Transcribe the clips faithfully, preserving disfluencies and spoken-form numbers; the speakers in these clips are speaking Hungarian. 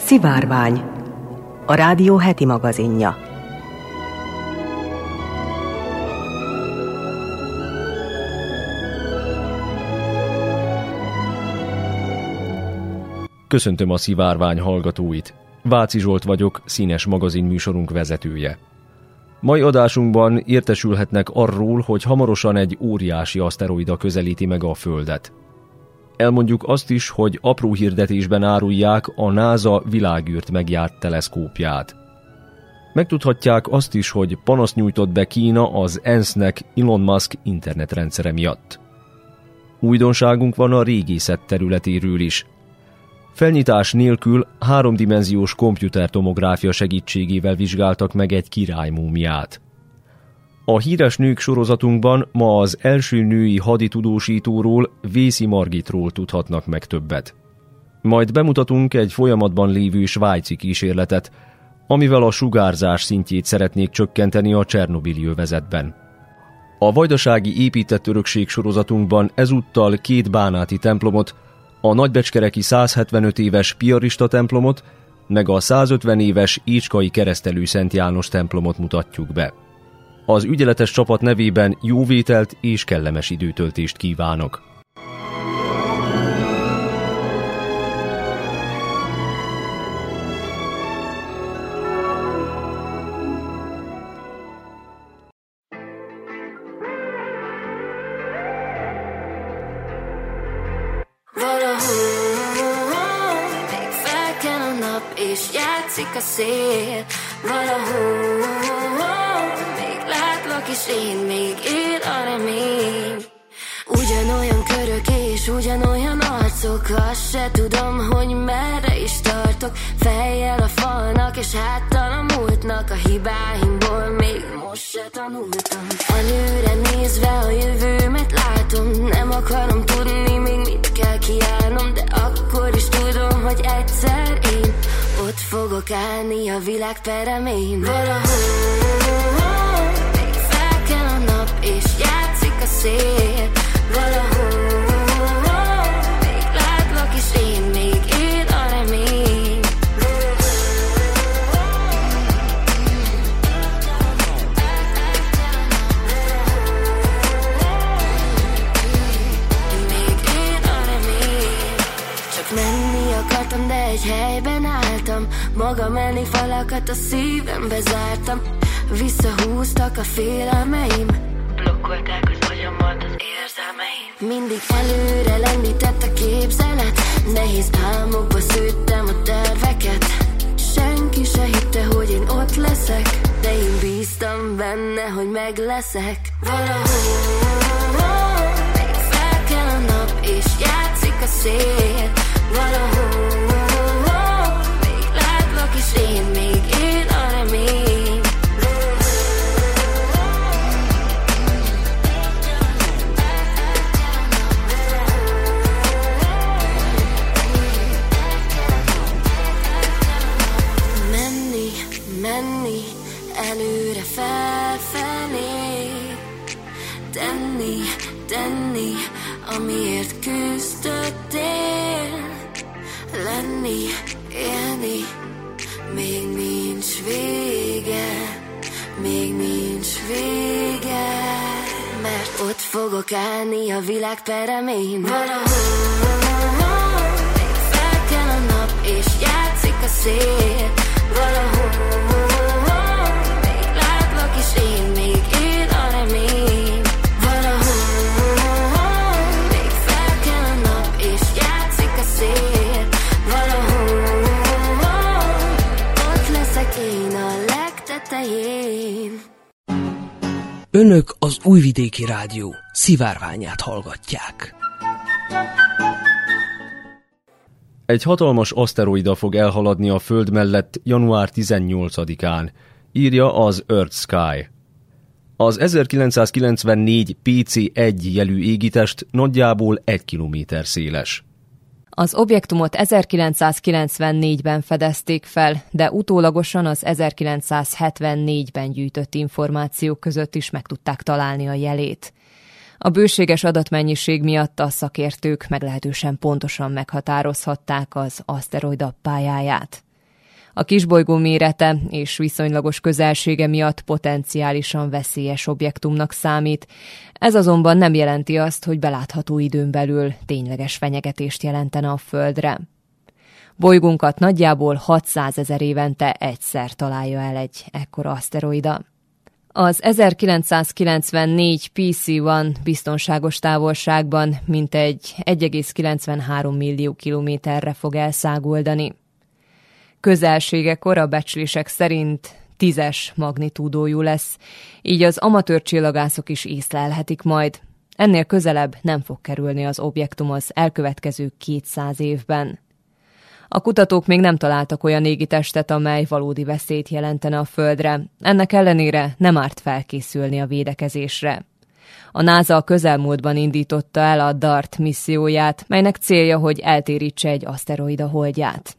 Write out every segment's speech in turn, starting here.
Szivárvány, a rádió heti magazinja. Köszöntöm a Szivárvány hallgatóit. Váci Zsolt vagyok, színes magazin műsorunk vezetője. Mai adásunkban értesülhetnek arról, hogy hamarosan egy óriási aszteroida közelíti meg a Földet. Elmondjuk azt is, hogy apró hirdetésben árulják a NASA világűrt megjárt teleszkópját. Megtudhatják azt is, hogy panaszt nyújtott be Kína az é en es nek Elon Musk internetrendszere miatt. Újdonságunk van a régészet területéről is. Felnyitás nélkül háromdimenziós komputertomográfia segítségével vizsgáltak meg egy királymúmiát. A híres nők sorozatunkban ma az első női haditudósítóról, Vészi Margitról tudhatnak meg többet. Majd bemutatunk egy folyamatban lévő svájci kísérletet, amivel a sugárzás szintjét szeretnék csökkenteni a Csernobili övezetben. A vajdasági épített örökség sorozatunkban ezúttal két bánáti templomot, a nagybecskereki százhetvenöt éves piarista templomot, meg a százötven éves écskai keresztelő Szent János templomot mutatjuk be. Az ügyeletes csapat nevében jó vételt és kellemes időtöltést kívánok! A szél, valahol, még látlak és én, még él a remény. Ugyanolyan körök és ugyanolyan arcok, azt se tudom, hogy merre is tartok. Fejjel a falnak és háttal a múltnak, a hibáimból még most se tanultam. Előre nézve a jövőmet látom, nem akarom tudni még mit kell kiállnom, de akkor is tudom, hogy egyszer én ott fogok állni a világ peremén. Valahol még felkel a nap és játszik a szél. Valahol még látlak és én, még él a remény. Még él a remény. Csak menni akartam, de egy helyben álltam. Magam elé falakat a szívembe zártam. Visszahúztak a félelmeim, blokkolták az agyamat az érzelmeim. Mindig előre lendített a képzelet, nehéz álmokba szőttem a terveket. Senki se hitte, hogy én ott leszek, de én bíztam benne, hogy meg leszek. Valahol még felkel a nap és játszik a szél. Valahol és én, még él a remény. Menni, menni, előre felfelé. Tenni, tenni, amiért küzdöttél. Lenni, élni, még nincs vége, még nincs vége, mert ott fogok állni a világ peremén. Valahol még felkel a nap és játszik a szél. Valahol még látlak és én, még él a remény. Valahol még felkel a nap és játszik a szél. Én a legtetején. Önök az Újvidéki Rádió Szivárványát hallgatják. Egy hatalmas aszteroida fog elhaladni a Föld mellett január tizennyolcadikán, írja az Earth Sky. Az ezerkilencszázkilencvennégy pé cé egy jelű égitest nagyjából egy kilométer széles. Az objektumot ezerkilencszázkilencvennégyben fedezték fel, de utólagosan az ezerkilencszázhetvennégyben gyűjtött információk között is meg tudták találni a jelét. A bőséges adatmennyiség miatt a szakértők meglehetősen pontosan meghatározhatták az aszteroida pályáját. A kisbolygó mérete és viszonylagos közelsége miatt potenciálisan veszélyes objektumnak számít. Ez azonban nem jelenti azt, hogy belátható időn belül tényleges fenyegetést jelentene a Földre. Bolygónkat nagyjából hatszázezer évente egyszer találja el egy ekkora aszteroida. Az ezerkilencszázkilencvennégy P C egy biztonságos távolságban mintegy egy egész kilencvenhárom millió kilométerre fog elszáguldani. Közelségekor a becslések szerint tízes magnitúdójú lesz, így az amatőr csillagászok is észlelhetik majd. Ennél közelebb nem fog kerülni az objektum az elkövetkező kétszáz évben. A kutatók még nem találtak olyan égitestet, amely valódi veszélyt jelentene a Földre. Ennek ellenére nem árt felkészülni a védekezésre. A NASA a közelmúltban indította el a DART misszióját, melynek célja, hogy eltérítse egy aszteroida holdját.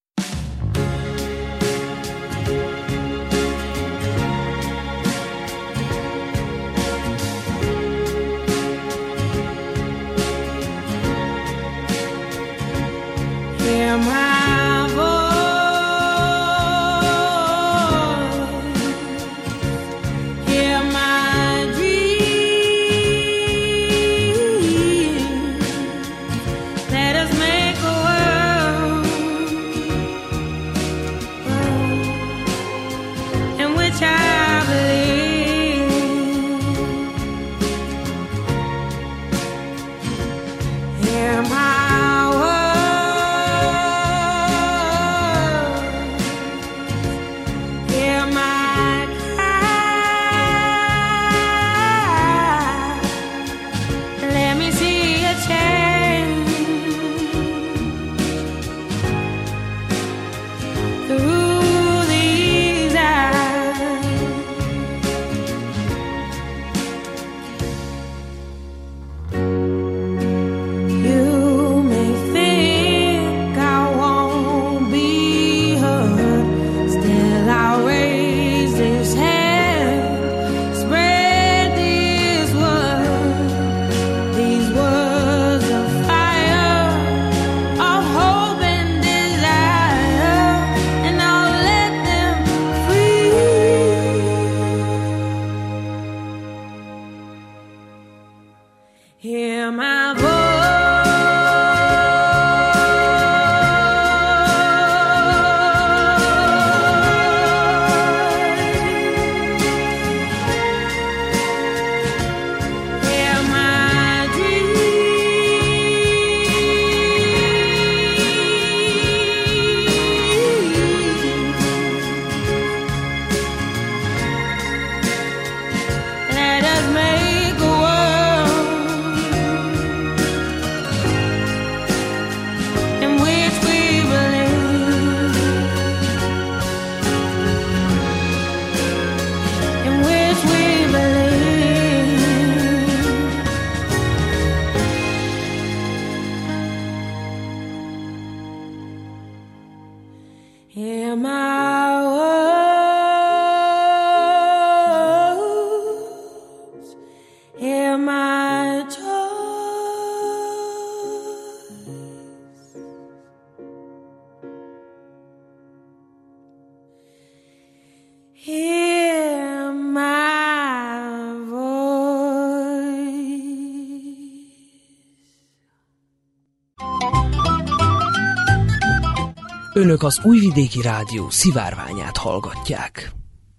Önök az Újvidéki Rádió szivárványát hallgatják.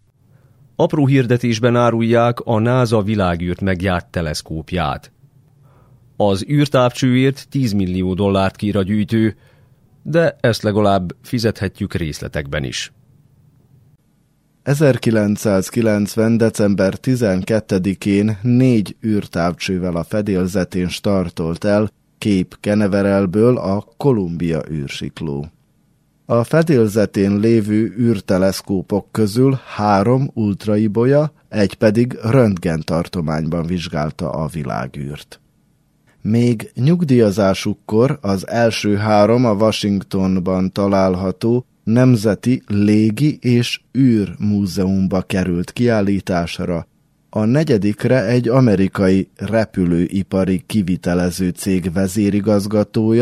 Apró hirdetésben árulják a NASA világűrt megjárt teleszkópját. Az űrtávcsőért tíz millió dollárt kér a gyűjtő, de ezt legalább fizethetjük részletekben is. ezerkilencszázkilencven. december tizenkettedikén négy űrtávcsővel a fedélzetén startolt el Cape Canaveralből a Columbia űrsikló. A fedélzetén lévő űrteleszkópok közül három ultraibolya, egy pedig röntgentartományban vizsgálta a világűrt. Még nyugdíjazásukkor az első három a Washingtonban található Nemzeti Légi és űrmúzeumba került kiállításra, a negyedikre egy amerikai repülőipari kivitelező cég vezérigazgatója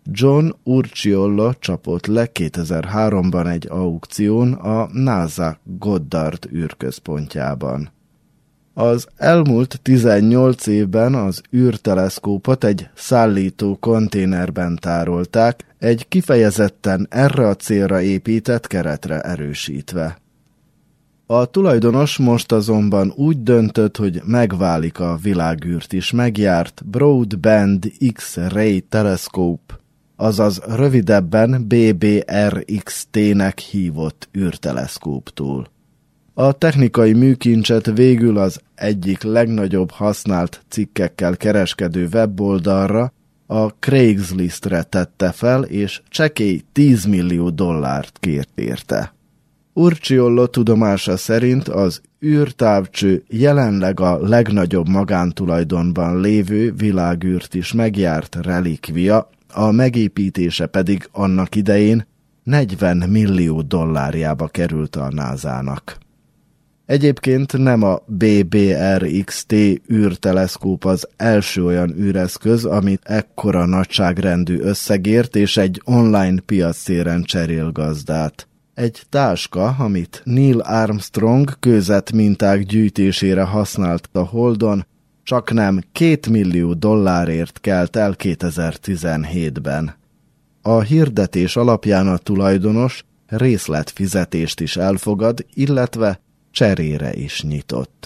John Urciolo csapott le kétezer-háromban egy aukción a NASA Goddard űrközpontjában. Az elmúlt tizennyolc évben az űrteleszkópot egy szállító konténerben tárolták, egy kifejezetten erre a célra épített keretre erősítve. A tulajdonos most azonban úgy döntött, hogy megválik a világűrt is megjárt Broadband X-ray Telescope, azaz rövidebben bé bé er iksz té-nek hívott űrteleszkóptól. A technikai műkincset végül az egyik legnagyobb használt cikkekkel kereskedő weboldalra, a Craigslistre tette fel, és csekély tíz millió dollárt kért érte. Urciolo tudomása szerint az űrtávcső jelenleg a legnagyobb magántulajdonban lévő világűrt is megjárt relikvia, a megépítése pedig annak idején negyven millió dollárjába került a nászának. Egyébként nem a bé bé er iksz té űrteleszkóp az első olyan űreszköz, amit ekkora nagyságrendű összegért és egy online piactéren cserél gazdát. Egy táska, amit Neil Armstrong kőzetminták gyűjtésére használt a Holdon, csaknem két millió dollárért kelt el kétezer-tizenhétben. A hirdetés alapján a tulajdonos részletfizetést is elfogad, illetve cserére is nyitott.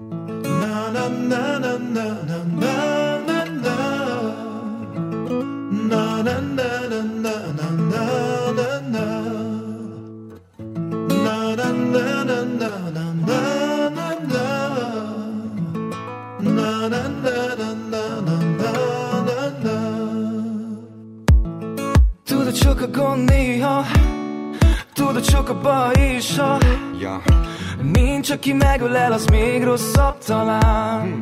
Tudod, csak a gond néha, tudod, csak a baj is, ha yeah. Nincs, aki megölel, az még rosszabb talán.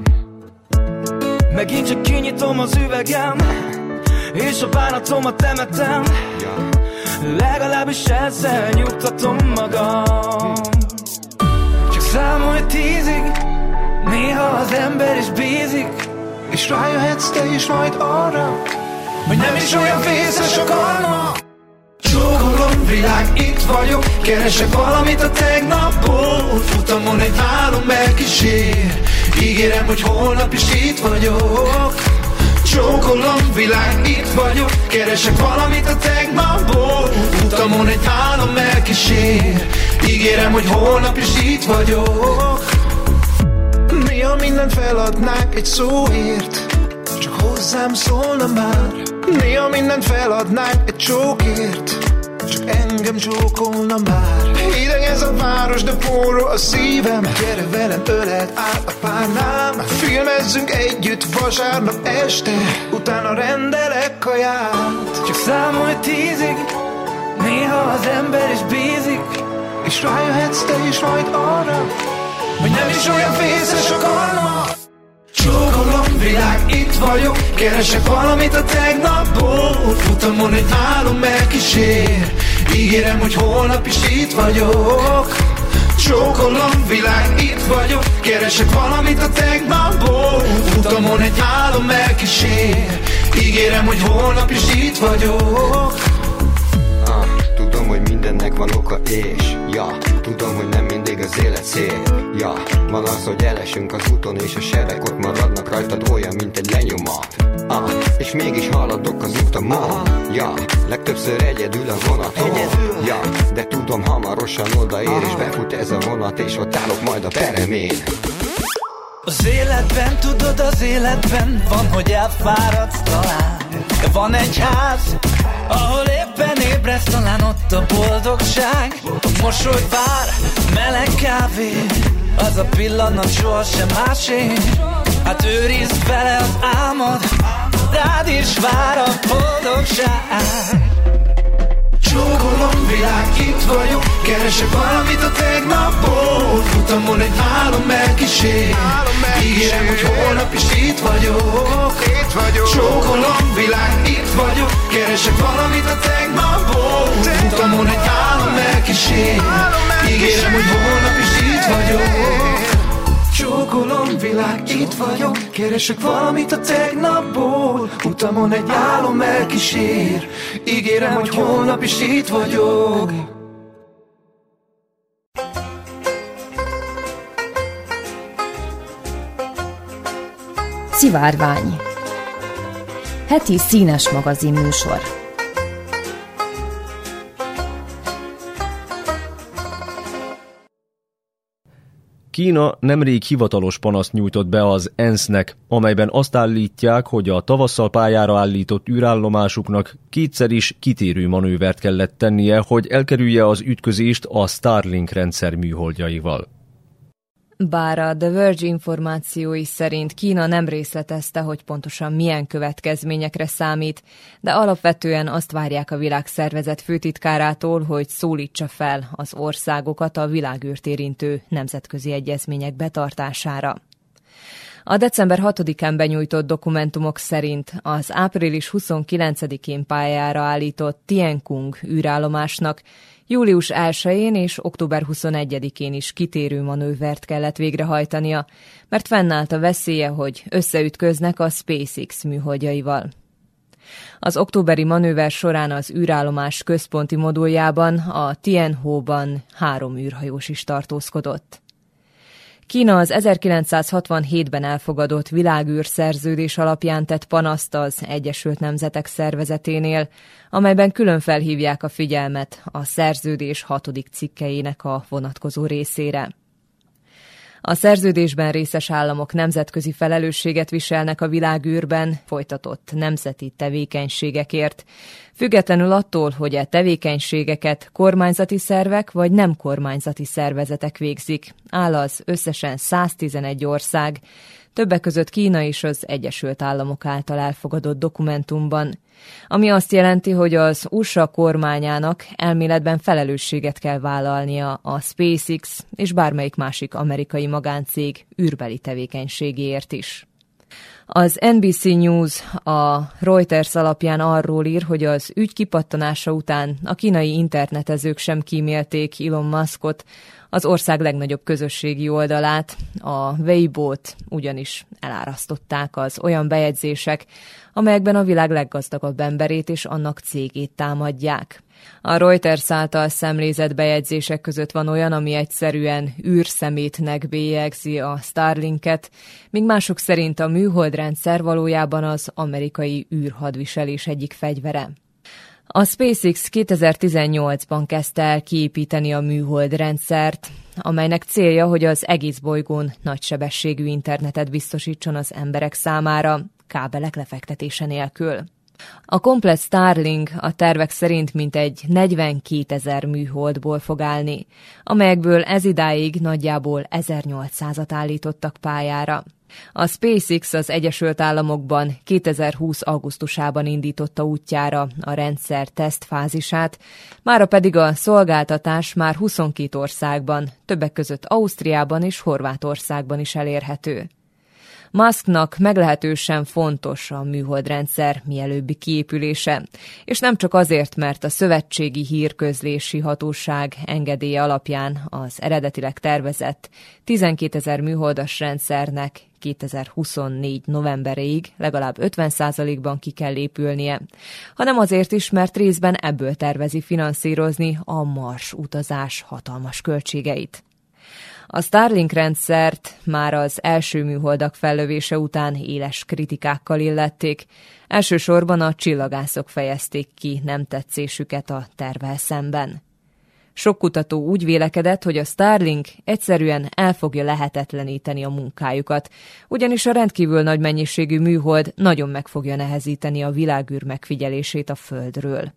Megint csak kinyitom az üvegem, és a bánatomat temetem, yeah. Legalábbis ezzel nyugtatom magam. Csak számolj tízig, néha az ember is bízik, és rájöhetsz te is majd arra, hogy nem is olyan vészes a karma. Csókolom, világ, itt vagyok, keresek valamit a tegnapból. Futamon egy álom elkísér, ígérem, hogy holnap is itt vagyok. Csókolom, világ, itt vagyok, keresek valamit a tegnapból. Futamon egy álom elkísér, ígérem, hogy holnap is itt vagyok. Mi, ha mindent feladnák egy szóért, csak hozzám szólna már. Mi, ha mindent feladnánk egy csókért, csak engem csókolna már. Hideg ez a város, de forró a szívem. Gyere velem, öleld át a párnám. Filmezzünk együtt vasárnap este, utána rendelek kaját. Csak számolj tízig, néha az ember is bízik, és rájöhetsz te is majd arra, hogy nem is olyan vészes a karma. Csókolom, világ, itt vagyok, keresek valamit a tegnapból. Futamon egy álom elkísér, ígérem, hogy holnap is itt vagyok. Csókolom, világ, itt vagyok, keresek valamit a tegnapból. Futamon egy álom elkísér, ígérem, hogy holnap is itt vagyok. Ah, tudom, hogy mindennek van oka és ja, tudom, hogy nem mindig az élet szép. Ja, van az, hogy elesünk az úton, és a sebek ott maradnak rajtad, olyan, mint egy lenyomat. Ah, és mégis haladok az utamon. Ja, legtöbbször egyedül a vonaton. Ja, de tudom, hamarosan odaér, és befut ez a vonat, és ott állok majd a peremén. Az életben, tudod, az életben van, hogy elfáradsz talán, de van egy ház, ahol éppen ébredsz, talán ott a boldogság. Mosoly vár, meleg kávé, az a pillanat sohasem másé. Hát őrizd vele az álmod, rád is vár a boldogság. Csókolom, világ, itt vagyok, keresek valamit a tegnapból. Futamon egy álom elkísér, ígérem, hogy holnap is itt vagyok. Csókolom, világ, itt vagyok, keresek valamit a tegnapból. Futamon egy álom elkísér, ígérem, hogy holnap is itt vagyok. Csókolom világ, itt vagyok, keresek valamit a tegnapból, utamon egy álom elkísér, ígérem, hogy holnap is itt vagyok. Szivárvány. Heti színes magazin műsor. Kína nemrég hivatalos panaszt nyújtott be az é en es nek, amelyben azt állítják, hogy a tavasszal pályára állított űrállomásuknak kétszer is kitérő manővert kellett tennie, hogy elkerülje az ütközést a Starlink rendszer műholdjaival. Bár a The Verge információi szerint Kína nem részletezte, hogy pontosan milyen következményekre számít, de alapvetően azt várják a világszervezet főtitkárától, hogy szólítsa fel az országokat a világűrt érintő nemzetközi egyezmények betartására. A december hatodikán benyújtott dokumentumok szerint az április huszonkilencedikén pályára állított Tiankung űrállomásnak július elsején és október huszonegyedikén is kitérő manővert kellett végrehajtania, mert fennállt a veszélye, hogy összeütköznek a SpaceX műholdjaival. Az októberi manőver során az űrállomás központi moduljában, a Tianhe-ban három űrhajós is tartózkodott. Kína az ezerkilencszázhatvanhétben elfogadott világűrszerződés alapján tett panaszt az Egyesült Nemzetek Szervezeténél, amelyben külön felhívják a figyelmet a szerződés hatodik cikkeinek a vonatkozó részére. A szerződésben részes államok nemzetközi felelősséget viselnek a világűrben folytatott nemzeti tevékenységekért, függetlenül attól, hogy a tevékenységeket kormányzati szervek vagy nem kormányzati szervezetek végzik, áll az összesen száztizenegy ország, többek között Kína és az Egyesült Államok által elfogadott dokumentumban, ami azt jelenti, hogy az u es á kormányának elméletben felelősséget kell vállalnia a SpaceX és bármelyik másik amerikai magáncég űrbeli tevékenységéért is. Az en bé cé News a Reuters alapján arról ír, hogy az ügy kipattanása után a kínai internetezők sem kímélték Elon Muskot, az ország legnagyobb közösségi oldalát, a Weibo-t ugyanis elárasztották az olyan bejegyzések, amelyekben a világ leggazdagabb emberét és annak cégét támadják. A Reuters által szemlézett bejegyzések között van olyan, ami egyszerűen űrszemétnek bélyegzi a Starlinket, míg mások szerint a műholdrendszer valójában az amerikai űrhadviselés egyik fegyvere. A SpaceX kétezer-tizennyolcban kezdte el kiépíteni a műholdrendszert, amelynek célja, hogy az egész bolygón nagysebességű internetet biztosítson az emberek számára, kábelek lefektetése nélkül. A komplett Starlink a tervek szerint mintegy negyvenkétezer műholdból fog állni, amelyekből ezidáig nagyjából ezernyolcszázat állítottak pályára. A SpaceX az Egyesült Államokban kétezer-húsz augusztusában indította útjára a rendszer tesztfázisát, mára pedig a szolgáltatás már huszonkét országban, többek között Ausztriában és Horvátországban is elérhető. Musknak meglehetősen fontos a műholdrendszer mielőbbi kiépülése, és nem csak azért, mert a Szövetségi Hírközlési Hatóság engedélye alapján az eredetileg tervezett tizenkétezer műholdas rendszernek kétezer-huszonnégy novemberéig legalább ötven százalékban ki kell épülnie, hanem azért is, mert részben ebből tervezi finanszírozni a Mars utazás hatalmas költségeit. A Starlink rendszert már az első műholdak fellövése után éles kritikákkal illették, elsősorban a csillagászok fejezték ki nem tetszésüket a tervvel szemben. Sok kutató úgy vélekedett, hogy a Starlink egyszerűen el fogja lehetetleníteni a munkájukat, ugyanis a rendkívül nagy mennyiségű műhold nagyon meg fogja nehezíteni a világűr megfigyelését a Földről.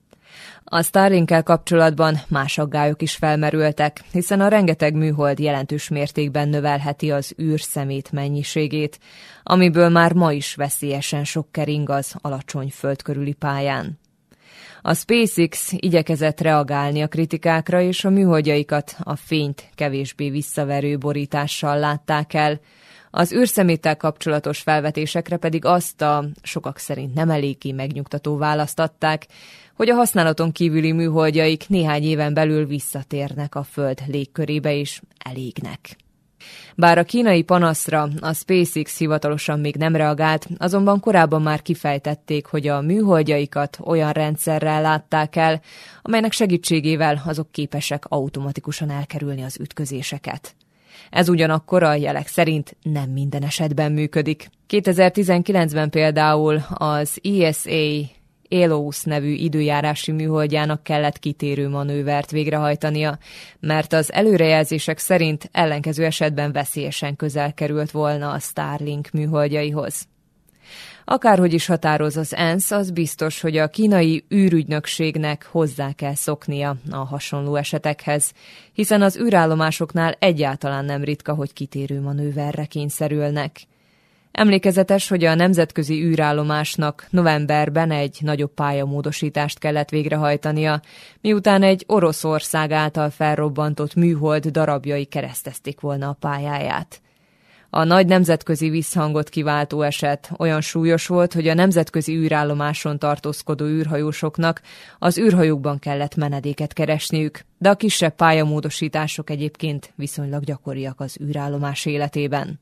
A Starlinkkel kapcsolatban más aggályok is felmerültek, hiszen a rengeteg műhold jelentős mértékben növelheti az űrszemét mennyiségét, amiből már ma is veszélyesen sok kering az alacsony föld körüli pályán. A SpaceX igyekezett reagálni a kritikákra, és a műholdjaikat a fényt kevésbé visszaverő borítással látták el, az űrszeméttel kapcsolatos felvetésekre pedig azt a sokak szerint nem eléggé megnyugtató választ adták, hogy a használaton kívüli műholdjaik néhány éven belül visszatérnek a Föld légkörébe és elégnek. Bár a kínai panaszra a SpaceX hivatalosan még nem reagált, azonban korábban már kifejtették, hogy a műholdjaikat olyan rendszerrel látták el, amelynek segítségével azok képesek automatikusan elkerülni az ütközéseket. Ez ugyanakkor a jelek szerint nem minden esetben működik. kétezer-tizenkilencben például az E S A Elos nevű időjárási műholdjának kellett kitérő manővert végrehajtania, mert az előrejelzések szerint ellenkező esetben veszélyesen közel került volna a Starlink műholdjaihoz. Akárhogy is határoz az ENSZ, az biztos, hogy a kínai űrügynökségnek hozzá kell szoknia a hasonló esetekhez, hiszen az űrállomásoknál egyáltalán nem ritka, hogy kitérő manőverre kényszerülnek. Emlékezetes, hogy a nemzetközi űrállomásnak novemberben egy nagyobb pályamódosítást kellett végrehajtania, miután egy Oroszország által felrobbantott műhold darabjai keresztezték volna a pályáját. A nagy nemzetközi visszhangot kiváltó eset olyan súlyos volt, hogy a nemzetközi űrállomáson tartózkodó űrhajósoknak az űrhajókban kellett menedéket keresniük, de a kisebb pályamódosítások egyébként viszonylag gyakoriak az űrállomás életében.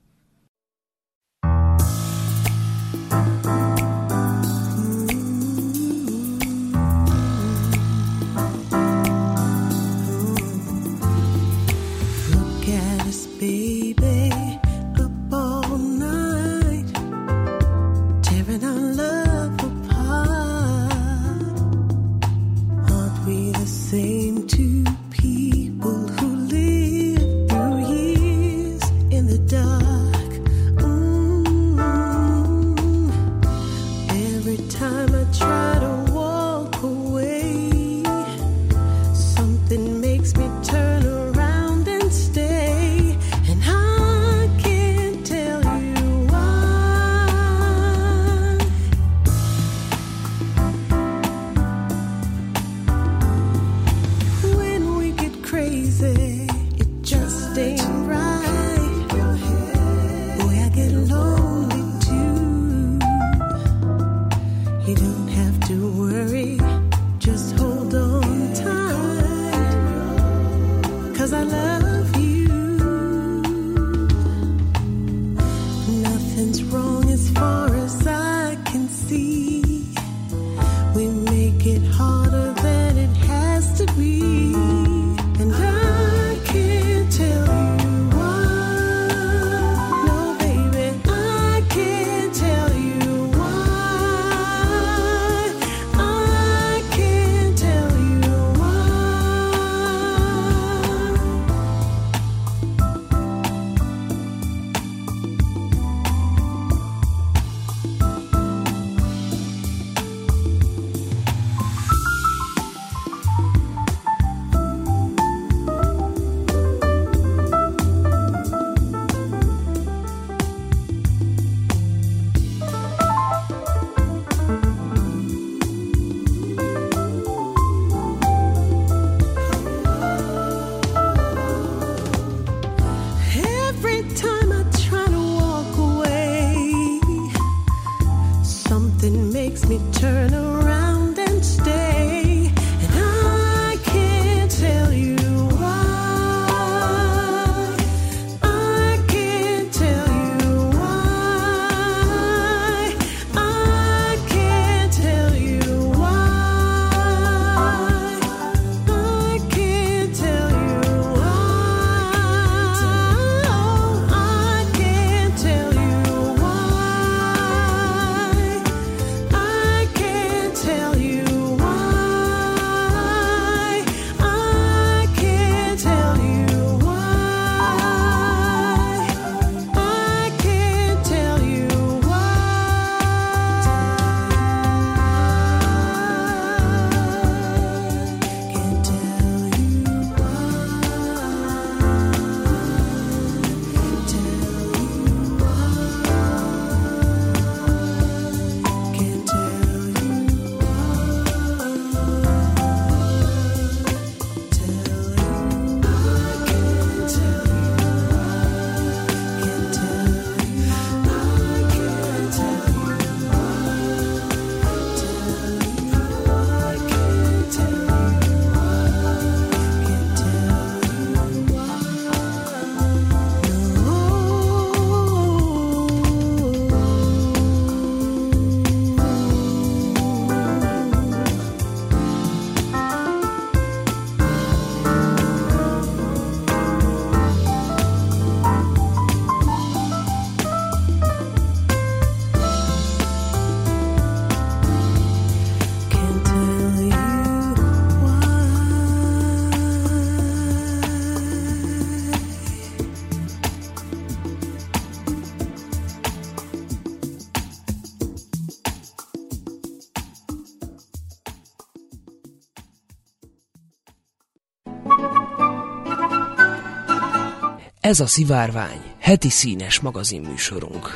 Ez a Szivárvány, heti színes magazinműsorunk.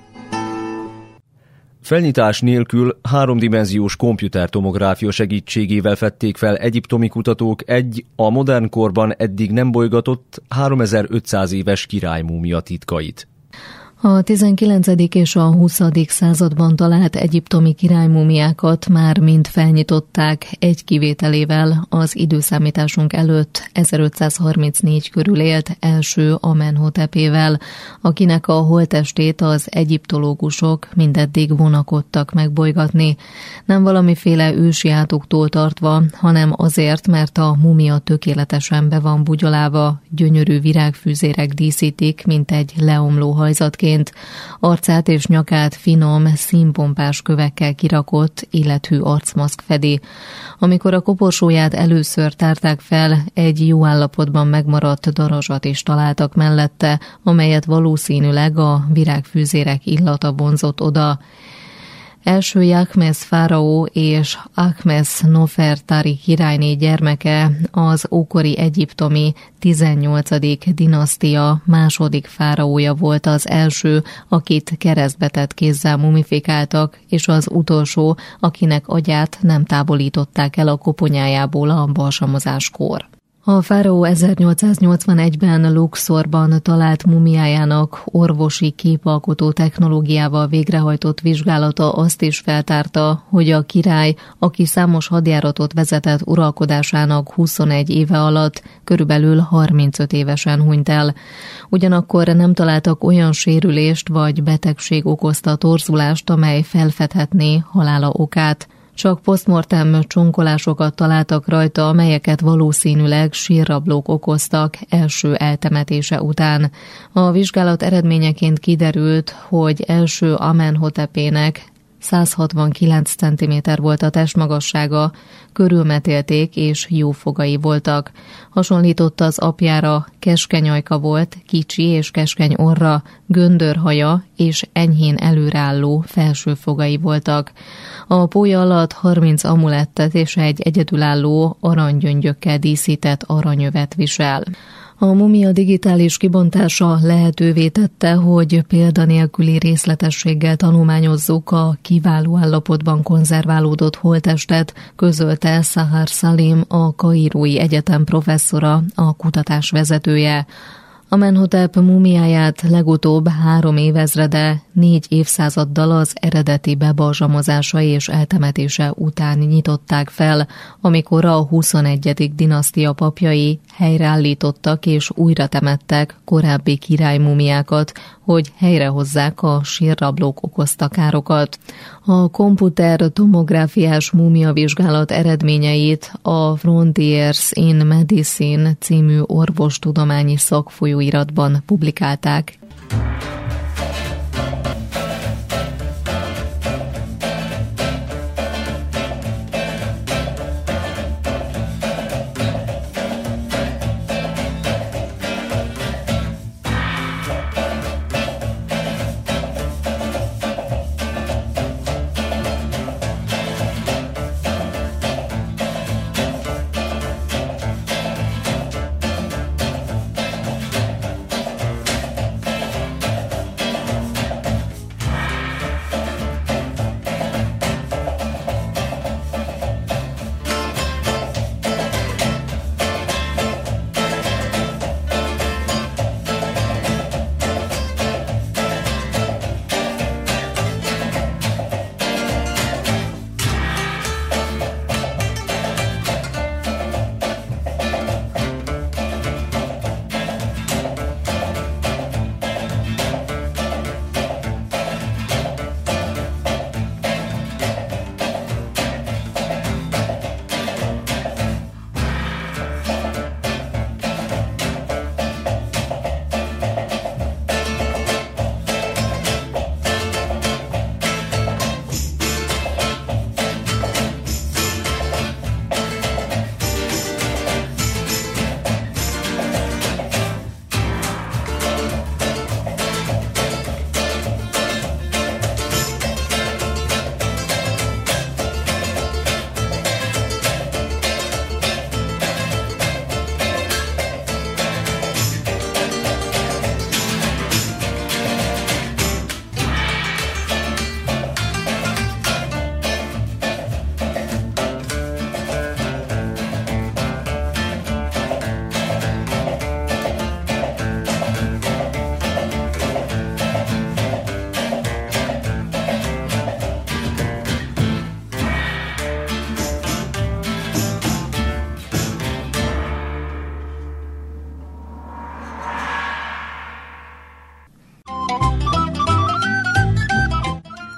Felnyitás nélkül háromdimenziós komputertomográfia segítségével fedték fel egyiptomi kutatók egy a modern korban eddig nem bolygatott háromezer-ötszáz éves királymúmia titkait. A tizenkilencedik és a huszadik században talált egyiptomi királymúmiákat már mind felnyitották, egy kivételével az időszámításunk előtt ezerötszázharmincnégy körül élt első Amenhotepével, akinek a holttestét az egyiptológusok mindeddig vonakodtak megbolygatni. Nem valamiféle ősi átoktól tartva, hanem azért, mert a mumia tökéletesen be van bugyolálva, gyönyörű virágfűzérek díszítik, mint egy leomló hajzatként. Arcát és nyakát finom, színpompás kövekkel kirakott, illethű arcmaszk fedi. Amikor a koporsóját először tárták fel, egy jó állapotban megmaradt darazsat is találtak mellette, amelyet valószínűleg a virágfűzérek illata vonzott oda. Első Jahmesz fáraó és Ahmes Nofertari királyné gyermeke az ókori egyiptomi tizennyolcadik dinasztia második fáraója volt, az első, akit keresztbetett kézzel mumifikáltak, és az utolsó, akinek agyát nem távolították el a koponyájából a balsamozáskor. A fáraó ezernyolcszáznyolcvanegyben Luxorban talált mumiájának orvosi képalkotó technológiával végrehajtott vizsgálata azt is feltárta, hogy a király, aki számos hadjáratot vezetett uralkodásának huszonegy éve alatt, körülbelül harmincöt évesen hunyt el. Ugyanakkor nem találtak olyan sérülést vagy betegség okozta torzulást, amely felfedhetné halála okát. Csak posztmortem csonkolásokat találtak rajta, amelyeket valószínűleg sírrablók okoztak első eltemetése után. A vizsgálat eredményeként kiderült, hogy első Amenhotepének száz hatvankilenc centiméter volt a testmagassága, körülmetélték és jó fogai voltak. Hasonlított az apjára, keskeny ajka volt, kicsi és keskeny orra, göndörhaja és enyhén előreálló felső fogai voltak. A pólya alatt harminc amulettet és egy egyedülálló aranygyöngyökkel díszített aranyövet visel. A mumia digitális kibontása lehetővé tette, hogy példanélküli részletességgel tanulmányozzuk a kiváló állapotban konzerválódott holttestet, közölte Sahar Salim, a Kairói Egyetem professzora, a kutatás vezetője. Amenhotep mumiáját legutóbb három évezrede, négy évszázaddal az eredeti bebalzsamozása és eltemetése után nyitották fel, amikor a huszonegyedik dinasztia papjai helyreállítottak és újra temettek korábbi királymumiákat, hogy helyrehozzák a sírrablók okozta károkat. A komputer tomográfiás múmiavizsgálat eredményeit a Frontiers in Medicine című orvostudományi szakfolyóiratban publikálták.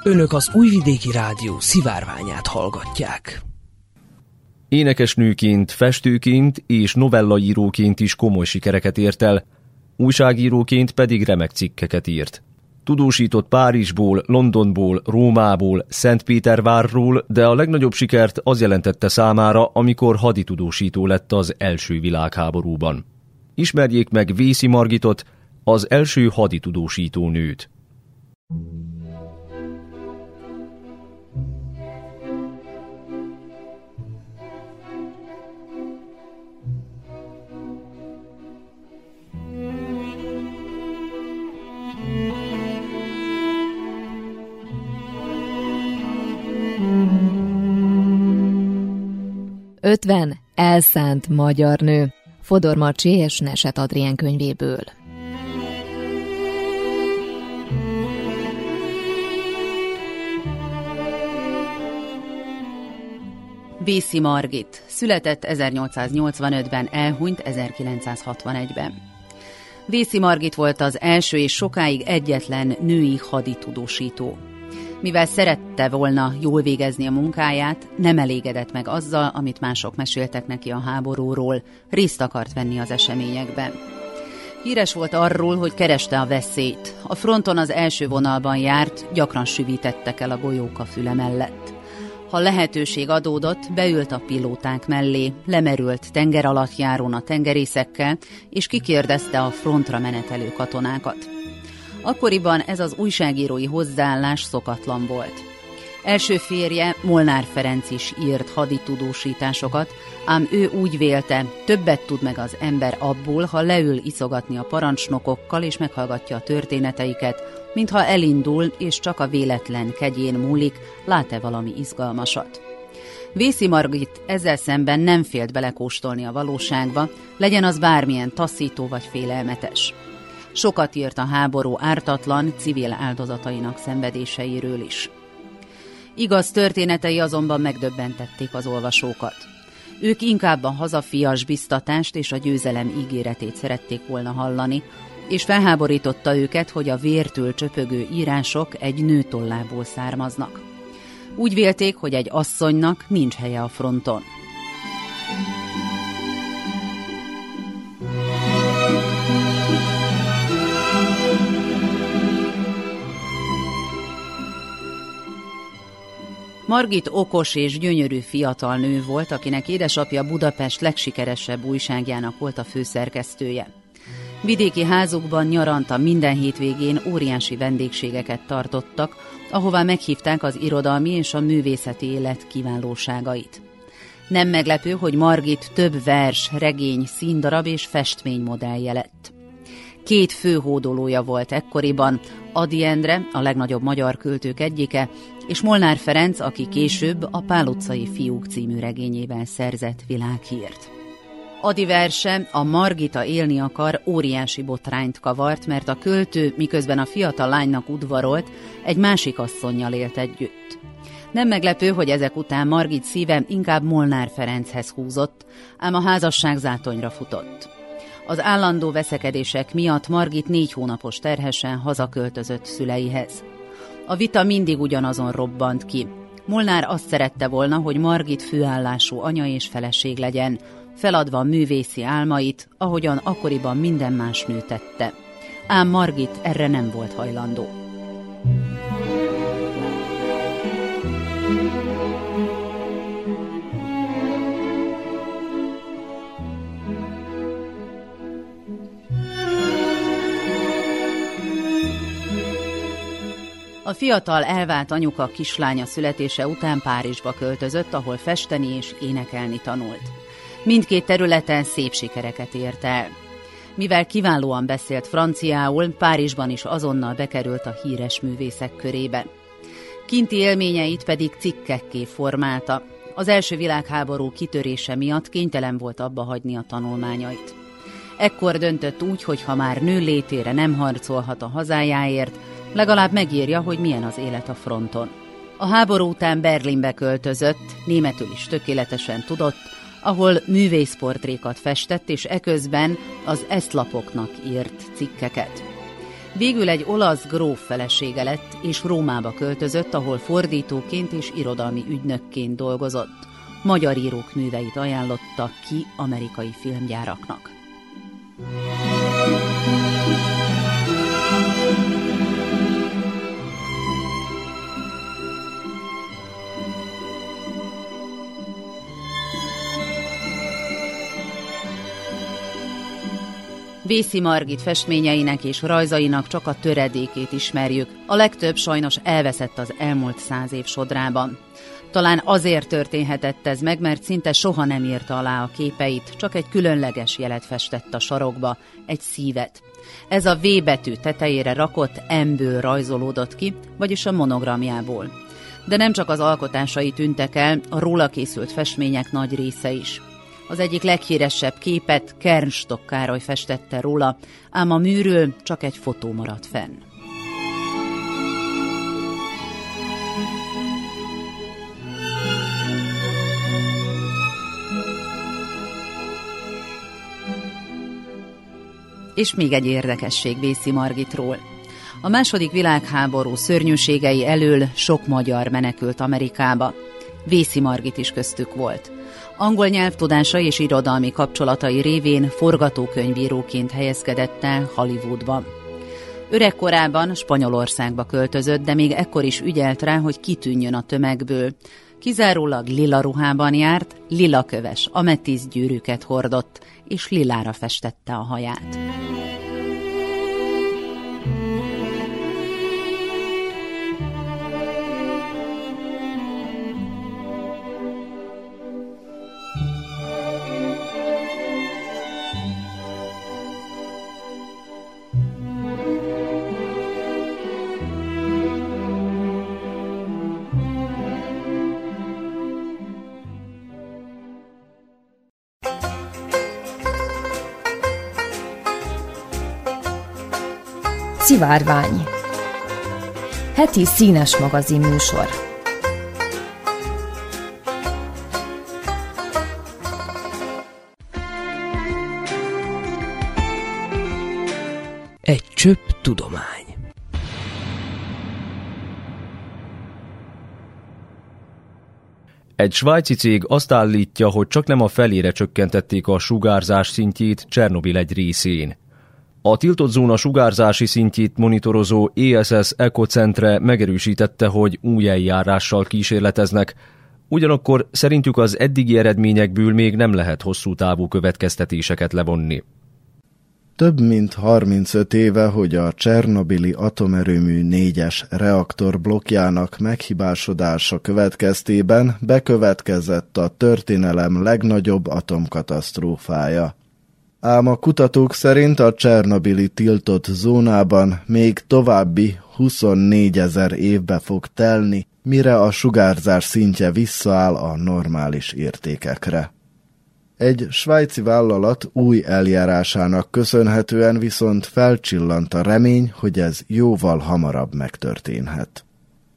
Önök az Újvidéki Rádió szivárványát hallgatják. Énekesnőként, festőként és novellaíróként is komoly sikereket ért el, újságíróként pedig remek cikkeket írt. Tudósított Párizsból, Londonból, Rómából, Szentpétervárról, de a legnagyobb sikert az jelentette számára, amikor haditudósító lett az első világháborúban. Ismerjék meg Vészi Margitot, az első haditudósító nőt. ötven elszánt magyar nő. Fodor Marcsi és Neset Adrien könyvéből. Vészi Margit született ezernyolcszáznyolcvanötben, elhunyt ezerkilencszázhatvanegyben. Vészi Margit volt az első és sokáig egyetlen női haditudósító. Mivel szerette volna jól végezni a munkáját, nem elégedett meg azzal, amit mások meséltek neki a háborúról, részt akart venni az eseményekben. Híres volt arról, hogy kereste a veszélyt. A fronton az első vonalban járt, gyakran süvítettek el a golyók a füle mellett. Ha lehetőség adódott, beült a pilóták mellé, lemerült tengeralattjárón a tengerészekkel, és kikérdezte a frontra menetelő katonákat. Akkoriban ez az újságírói hozzáállás szokatlan volt. Első férje, Molnár Ferenc is írt haditudósításokat, ám ő úgy vélte, többet tud meg az ember abból, ha leül iszogatni a parancsnokokkal és meghallgatja a történeteiket, mintha elindul és csak a véletlen kegyén múlik, lát-e valami izgalmasat. Vészi Margit ezzel szemben nem félt belekóstolni a valóságba, legyen az bármilyen taszító vagy félelmetes. Sokat írt a háború ártatlan, civil áldozatainak szenvedéseiről is. Igaz történetei azonban megdöbbentették az olvasókat. Ők inkább a hazafias biztatást és a győzelem ígéretét szerették volna hallani, és felháborította őket, hogy a vértől csöpögő írások egy nő tollából származnak. Úgy vélték, hogy egy asszonynak nincs helye a fronton. Margit okos és gyönyörű fiatal nő volt, akinek édesapja Budapest legsikeresebb újságjának volt a főszerkesztője. Vidéki házukban nyaranta minden hétvégén óriási vendégségeket tartottak, ahová meghívták az irodalmi és a művészeti élet kiválóságait. Nem meglepő, hogy Margit több vers, regény, színdarab és festmény modellje lett. Két fő hódolója volt ekkoriban, Ady Endre, a legnagyobb magyar költők egyike, és Molnár Ferenc, aki később a Pál utcai fiúk című regényével szerzett világhírt. Ady verse, a Margita élni akar, óriási botrányt kavart, mert a költő, miközben a fiatal lánynak udvarolt, egy másik asszonnyal élt együtt. Nem meglepő, hogy ezek után Margit szíve inkább Molnár Ferenchez húzott, ám a házasság zátonyra futott. Az állandó veszekedések miatt Margit négy hónapos terhesen hazaköltözött szüleihez. A vita mindig ugyanazon robbant ki. Molnár azt szerette volna, hogy Margit főállású anya és feleség legyen, feladva művészi álmait, ahogyan akkoriban minden más nő tette. Ám Margit erre nem volt hajlandó. A fiatal elvált anyuka kislánya születése után Párizsba költözött, ahol festeni és énekelni tanult. Mindkét területen szép sikereket ért el. Mivel kiválóan beszélt franciául, Párizsban is azonnal bekerült a híres művészek körébe. Kinti élményeit pedig cikkekké formálta. Az első világháború kitörése miatt kénytelen volt abba hagyni a tanulmányait. Ekkor döntött úgy, hogy ha már nő létére nem harcolhat a hazájáért, legalább megírja, hogy milyen az élet a fronton. A háború után Berlinbe költözött, németül is tökéletesen tudott, ahol művészportrékat festett, és eközben az esztlapoknak írt cikkeket. Végül egy olasz gróf felesége lett, és Rómába költözött, ahol fordítóként és irodalmi ügynökként dolgozott. Magyar írók műveit ajánlotta ki amerikai filmgyáraknak. Vészi Margit festményeinek és rajzainak csak a töredékét ismerjük, a legtöbb sajnos elveszett az elmúlt száz év sodrában. Talán azért történhetett ez meg, mert szinte soha nem írta alá a képeit, csak egy különleges jelet festett a sarokba, egy szívet. Ez a V betű tetejére rakott M-ből rajzolódott ki, vagyis a monogramjából. De nem csak az alkotásai tűntek el, a róla készült festmények nagy része is. Az egyik leghíresebb képet Kernstock Károly festette róla, ám a műről csak egy fotó maradt fenn. És még egy érdekesség Vészi Margitról. A második világháború szörnyűségei elől sok magyar menekült Amerikába. Vészi Margit is köztük volt. Angol nyelvtudása és irodalmi kapcsolatai révén forgatókönyvíróként helyezkedett el Hollywoodban. Öregkorában Spanyolországba költözött, de még ekkor is ügyelt rá, hogy kitűnjön a tömegből. Kizárólag lila ruhában járt, lilaköves ametiszt gyűrűket hordott, és lilára festette a haját. Szivárvány. Heti színes magazin műsor. Egy csöpp tudomány. Egy svájci cég azt állítja, hogy csak nem a felére csökkentették a sugárzás szintjét Csernobil egy részén. A tiltott zóna sugárzási szintjét monitorozó E S S Ecocentre megerősítette, hogy új eljárással kísérleteznek, ugyanakkor szerintük az eddigi eredményekből még nem lehet hosszú távú következtetéseket levonni. Több mint harmincöt éve, hogy a csernobili atomerőmű négyes reaktorblokkjának meghibásodása következtében bekövetkezett a történelem legnagyobb atomkatasztrófája. Ám a kutatók szerint a csernobili tiltott zónában még további huszonnégyezer évbe fog telni, mire a sugárzás szintje visszaáll a normális értékekre. Egy svájci vállalat új eljárásának köszönhetően viszont felcsillant a remény, hogy ez jóval hamarabb megtörténhet.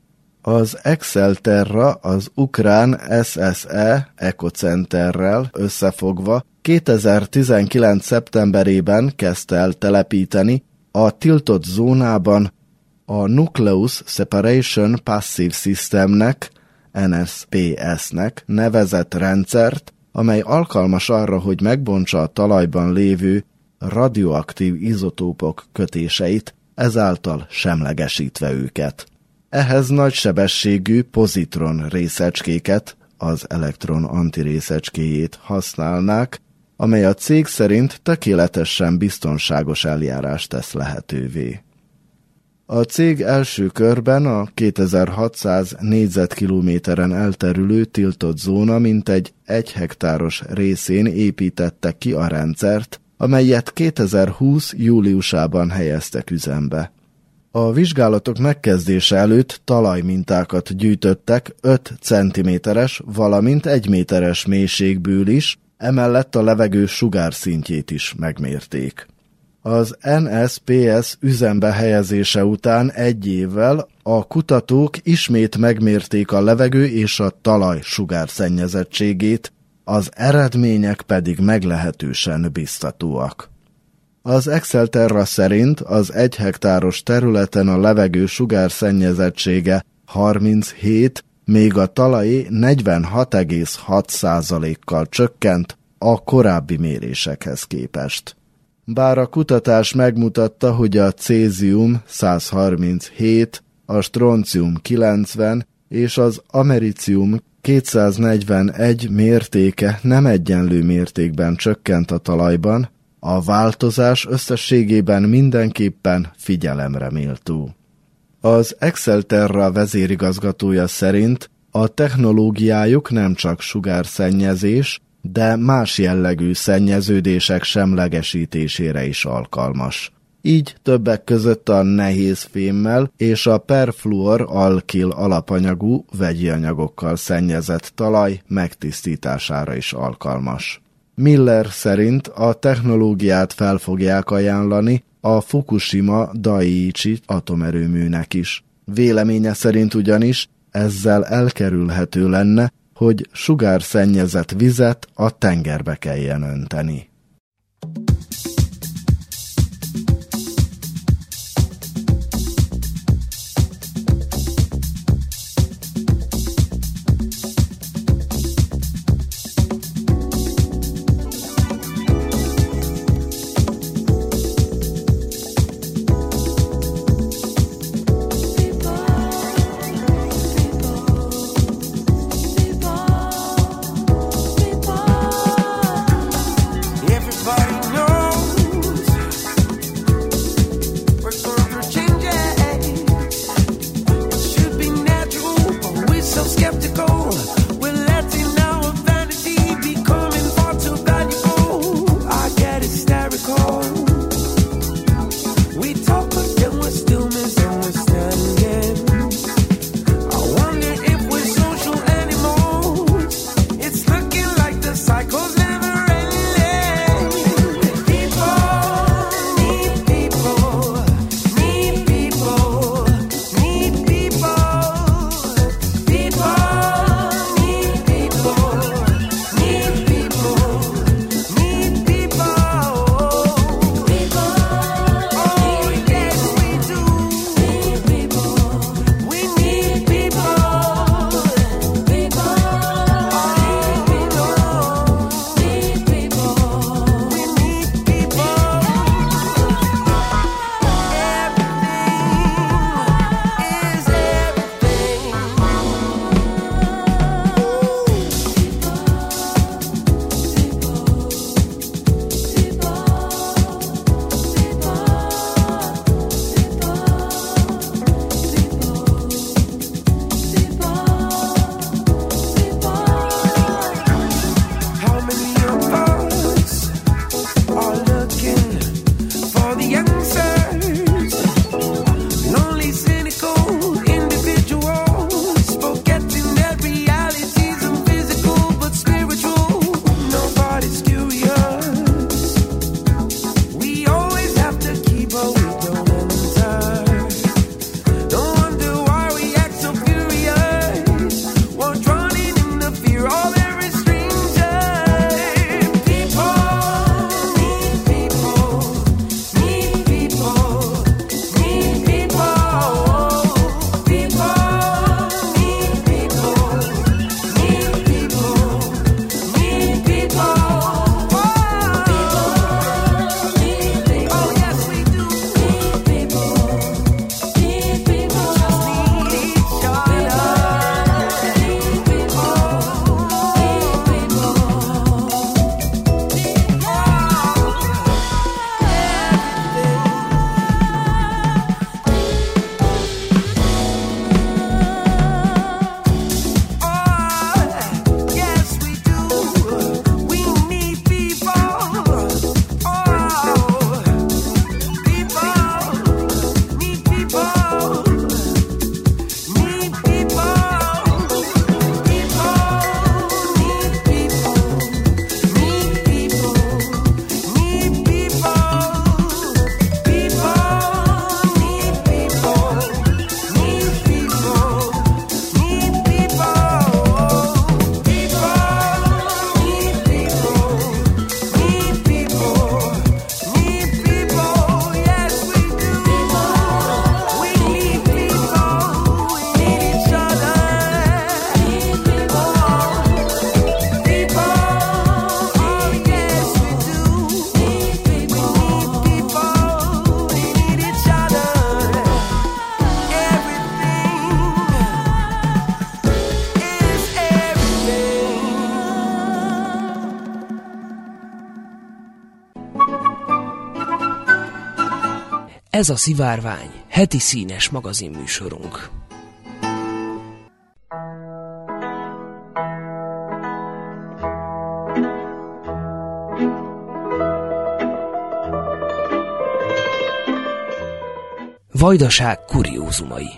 Az Excelterra az ukrán S S E Ecocenterrel összefogva kétezer-tizenkilenc. szeptemberében kezdte el telepíteni a tiltott zónában a Nucleus Separation Passive Systemnek, N S P S-nek nevezett rendszert, amely alkalmas arra, hogy megbontsa a talajban lévő radioaktív izotópok kötéseit, ezáltal semlegesítve őket. Ehhez nagysebességű pozitron részecskéket, az elektron antirészecskéjét használnák, amely a cég szerint tökéletesen biztonságos eljárást tesz lehetővé. A cég első körben a kétezer-hatszáz négyzetkilométeren elterülő tiltott zóna mintegy egy hektáros részén építette ki a rendszert, amelyet kétezer-húsz júliusában helyeztek üzembe. A vizsgálatok megkezdése előtt talajmintákat gyűjtöttek öt centiméteres, valamint egy méteres mélységből is, emellett a levegő sugárszintjét is megmérték. Az N S P S üzembe helyezése után egy évvel a kutatók ismét megmérték a levegő és a talaj sugárszennyezettségét, az eredmények pedig meglehetősen biztatóak. Az Excelterra szerint az egy hektáros területen a levegő sugárszennyezettsége harminchét, még a talajé negyvenhat egész hat százalékkal csökkent a korábbi mérésekhez képest. Bár a kutatás megmutatta, hogy a cézium száz harminchét, a stroncium kilencven és az americium kétszáznegyvenegy mértéke nem egyenlő mértékben csökkent a talajban, a változás összességében mindenképpen figyelemre méltó. Az Excelterra vezérigazgatója szerint a technológiájuk nem csak sugárszennyezés, de más jellegű szennyeződések semlegesítésére is alkalmas. Így többek között a nehéz fémmel és a perfluor alkil alapanyagú vegyi anyagokkal szennyezett talaj megtisztítására is alkalmas. Miller szerint a technológiát fel fogják ajánlani a Fukushima Daiichi atomerőműnek is. Véleménye szerint ugyanis ezzel elkerülhető lenne, hogy sugárszennyezett vizet a tengerbe kelljen önteni. Yeah. Ez a Szivárvány, heti színes magazinműsorunk. Vajdaság kuriózumai.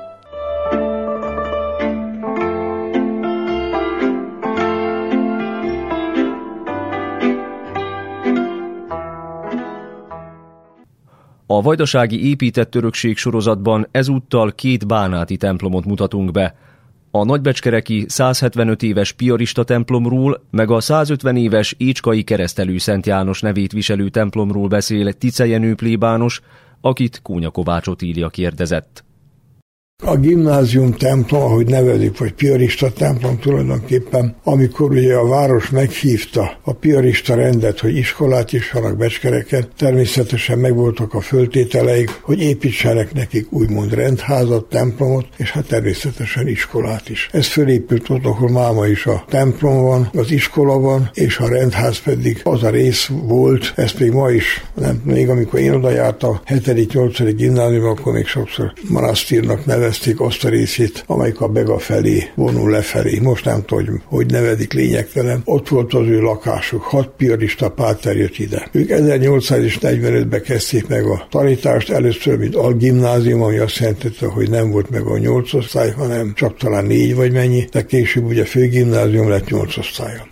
A vajdasági épített örökség sorozatban ezúttal két bánáti templomot mutatunk be. A nagybecskereki százhetvenöt éves piarista templomról, meg a százötven éves écskai keresztelő Szent János nevét viselő templomról beszél Tice Jenő plébános, akit Kónya Kovács Otília kérdezett. A gimnázium templom, ahogy nevezik, vagy piarista templom tulajdonképpen, amikor ugye a város meghívta a piarista rendet, hogy iskolát nyissanak Becskereken, természetesen megvoltak a föltételeik, hogy építsenek nekik úgymond rendházat, templomot, és hát természetesen iskolát is. Ez fölépült ott, ahol máma is a templom van, az iskola van, és a rendház pedig az a rész volt, ez még ma is, nem, még amikor én oda jártam, hetedik-nyolcadik gimnázium, akkor még sokszor monasztírnak neve azt a részét, amelyik a Bega felé vonul lefelé. Most nem tudom, hogy nevedik, lényegtelen. Ott volt az ő lakásuk. Hat piarista páter jött ide. Ők ezernyolcszáznegyvenötben kezdték meg a tanítást, először mint algimnázium, ami azt jelentette, hogy nem volt meg a nyolc osztály, hanem csak talán négy vagy mennyi, de később ugye főgimnázium lett nyolc osztálya.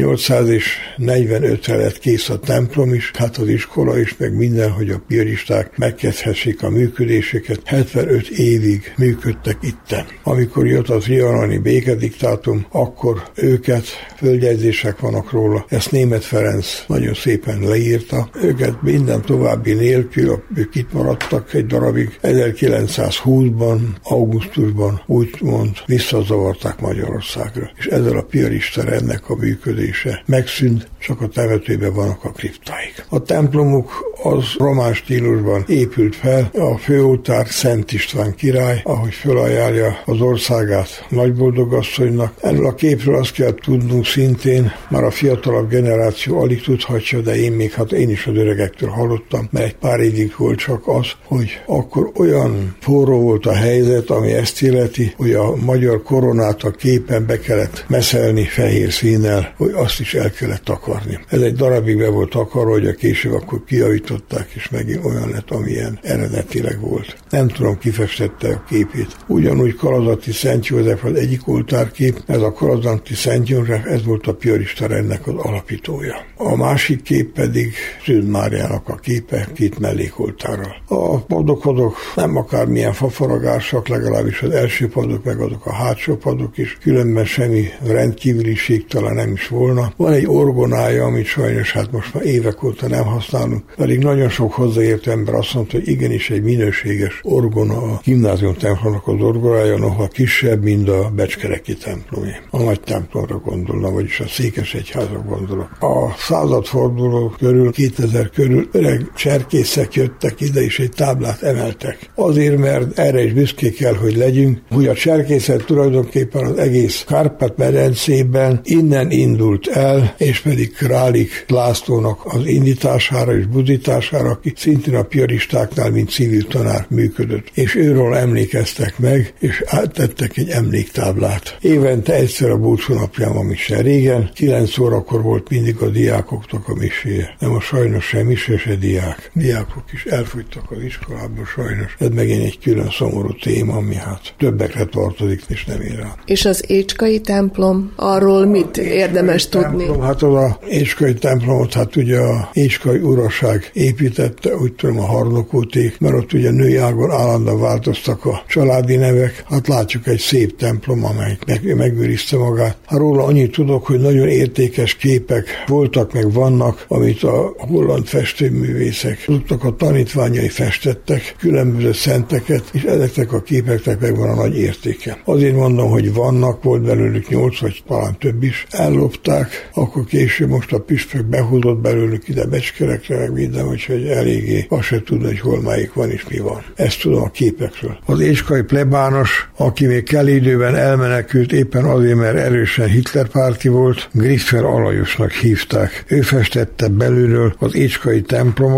ezernyolcszáznegyvenötre lett kész a templom is, hát az iskola is, meg minden, hogy a piaristák megkezdhessék a működéseket. hetvenöt évig működtek itten. Amikor jött az trianoni békediktátum, akkor őket, földjegyzések vannak róla, ezt Németh Ferenc nagyon szépen leírta. Őket minden további nélkül, ők itt maradtak egy darabig. ezerkilencszázhúszban, augusztusban úgymond visszazavarták Magyarországra. És ezzel a piarista rendnek a működése megszűnt, csak a temetőben vannak a kriptáik. A templomuk az román stílusban épült fel, a főoltár Szent István király, ahogy fölajánlja az országát Nagyboldogasszonynak. Erről a képről azt kell tudnunk szintén, már a fiatalabb generáció alig tudhatja, de én még, hát én is az öregektől hallottam, mert egy pár évig volt csak az, hogy akkor olyan forró volt a helyzet, ami ezt illeti, hogy a magyar koronát a képen be kellett meszelni fehér színnel, hogy azt is el kellett takarni. Ez egy darabig be volt takarva, hogy a később akkor kijavították, és megint olyan lett, amilyen eredetileg volt. Nem tudom, kifestette a képét. Ugyanúgy Kalazati Szent József az egyik oltárkép, ez a Kalazati Szent József, ez volt a piarista rendnek az alapítója. A másik kép pedig Szűz Máriának a képe, két mellékoltárral. A padokodok nem akármilyen fafaragásak, legalábbis az első padok, meg azok a hátsó padok is, különben semmi rendkívüliség talán nem is volna. Van egy orgonája, amit sajnos hát most már évek óta nem használunk, pedig nagyon sok hozzáértő ember azt mondta, hogy igenis egy minőséges orgona a gimnázium templomnak az orgonája, noha kisebb, mint a becskereki templomé. A nagy templomra gondolna, vagyis a székesegyházra gondolok. A századforduló körül, kétezer körül öreg cserkészek jöttek ide, és egy táblát emeltek. Azért, mert erre is büszkék kell, hogy legyünk, hogy a cserkészet tulajdonképpen az egész Kárpát-medencében innen indult el, és pedig Králik Lászlónak az indítására és buzdítására, aki szintén a piaristáknál, mint civil tanár működött. És őről emlékeztek meg, és áttettek egy emléktáblát. Évente egyszer a búcsúnapján, ami se régen, kilenc órakor volt mindig a diákoknak a miséje. Nem a sajnos sem mise, se diák. Diákok is elfogytak az iskolából sajnos. Ez megint egy külön szomorú téma, ami hát többekre tartozik, és nem ér rá. És az écskai templom, arról mit érdemes tudni? Templom, hát az a écskai templomot, hát ugye a écskai uraság építette, úgy tudom a Harnokóték, mert ott ugye női ágon állandóan változtak a családi nevek. Hát látjuk egy szép templom, amely meg, megőrizte magát. Hát róla annyit tudok, hogy nagyon értékes képek voltak, meg vannak, amit a holland festőművészek tudtak, a tanítványai festettek, különböző szenteket, és ezeknek a képeknek megvan a nagy értéke. Azért mondom, hogy vannak, volt belőlük nyolc, vagy talán több is. Ellopták, akkor később most a püspök behúzott belőlük ide Becskerekre, meg minden, úgyhogy eléggé azt se tudod, hogy hol melyik van és mi van. Ezt tudom a képekről. Az écskai plebános, aki még kell időben elmenekült éppen azért, mert erősen Hitlerpárti volt, Griffer Alajosnak hívták. Ő festette belülről az écskai templomot,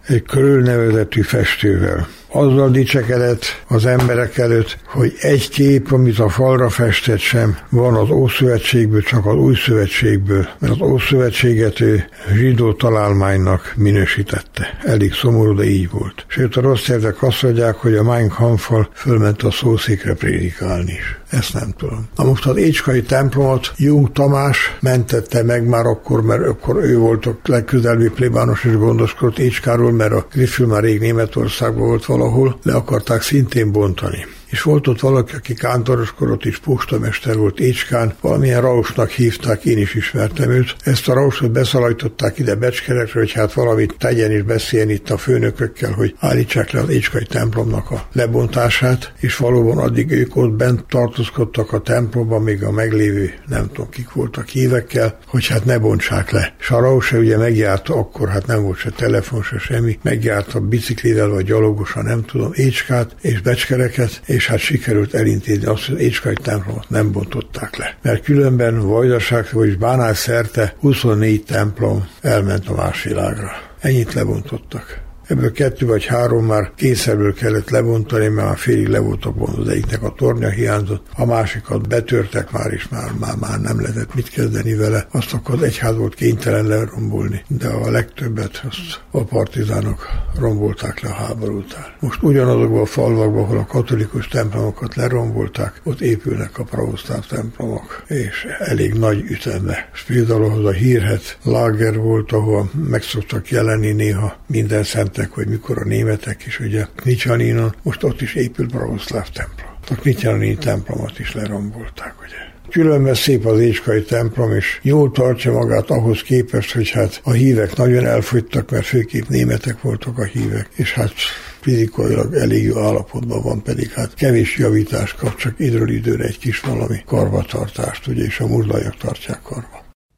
egy Kröll nevezetű festővel. Azzal dicsekedett az emberek előtt, hogy egy kép, amit a falra festett sem, van az Ószövetségből, csak az Új Szövetségből, mert az Ószövetséget ő zsidó találmánynak minősítette. Elég szomorú, de így volt. Sőt, a rossz érdek azt mondják, hogy a Mein Kampffal fölment a szószékre prédikálni is. Ezt nem tudom. Na most az écskai templomot Jung Tamás mentette meg már akkor, mert akkor ő volt a legközelebbi plébános és gondoskodott Écskáról, mert a Griffel már rég Németországban volt valahol, le akarták szintén bontani. És volt ott valaki, aki kántoroskodott is, postamester volt Écskán, valamilyen Rausnak hívták, én is ismertem őt. Ezt a Rausot beszalajtották ide Becskerekre, hogy hát valamit tegyen és beszéljen itt a főnökökkel, hogy állítsák le az écskai templomnak a lebontását, és valóban addig ők ott bent tartózkodtak a templomban, még a meglévő, nem tudom kik voltak hívekkel, hogy hát ne bontsák le. És a Raus ugye megjárta akkor, hát nem volt se telefon, se semmi, megjárta biciklivel vagy gyalogosan, nem tudom, Écskát és Becskereket, és hát sikerült elintézni azt, hogy az écskai templomot nem bontották le. Mert különben Vajdaság, vagyis Bánál szerte huszonnégy templom elment a más világra. Ennyit lebontottak. Ebből kettő vagy három már kényszerből kellett lebontani, mert már félig le voltak bontva, az egyiknek a tornya hiányzott, a másikat betörtek már, és már, már, már nem lehetett mit kezdeni vele. Azt akkor az egyház volt kénytelen lerombolni, de a legtöbbet azt a partizánok rombolták le a háború után. Most ugyanazokban a falvakban, ahol a katolikus templomokat lerombolták, ott épülnek a pravoszláv templomok, és elég nagy ütembe. És például ahhoz a hírhet láger volt, ahol meg szoktak jelenni néha minden szent, hogy mikor a németek is, ugye Knicsaninon, most ott is épül pravoszláv templom. A Knicsanini templomot is lerombolták, ugye. Különben szép az écskai templom, és jól tartja magát ahhoz képest, hogy hát a hívek nagyon elfogytak, mert főképp németek voltak a hívek, és hát fizikailag elég jó állapotban van, pedig hát kevés javítás kap, csak időről időre egy kis valami karbantartást, ugye, és a murdajak tartják karba.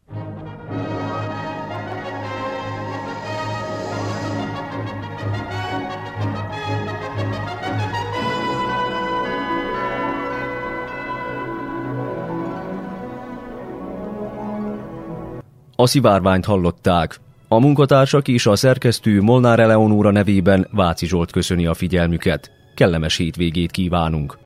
A szivárványt hallották. A munkatársak és a szerkesztő Molnár Eleonóra nevében Váci Zsolt köszöni a figyelmüket. Kellemes hétvégét kívánunk!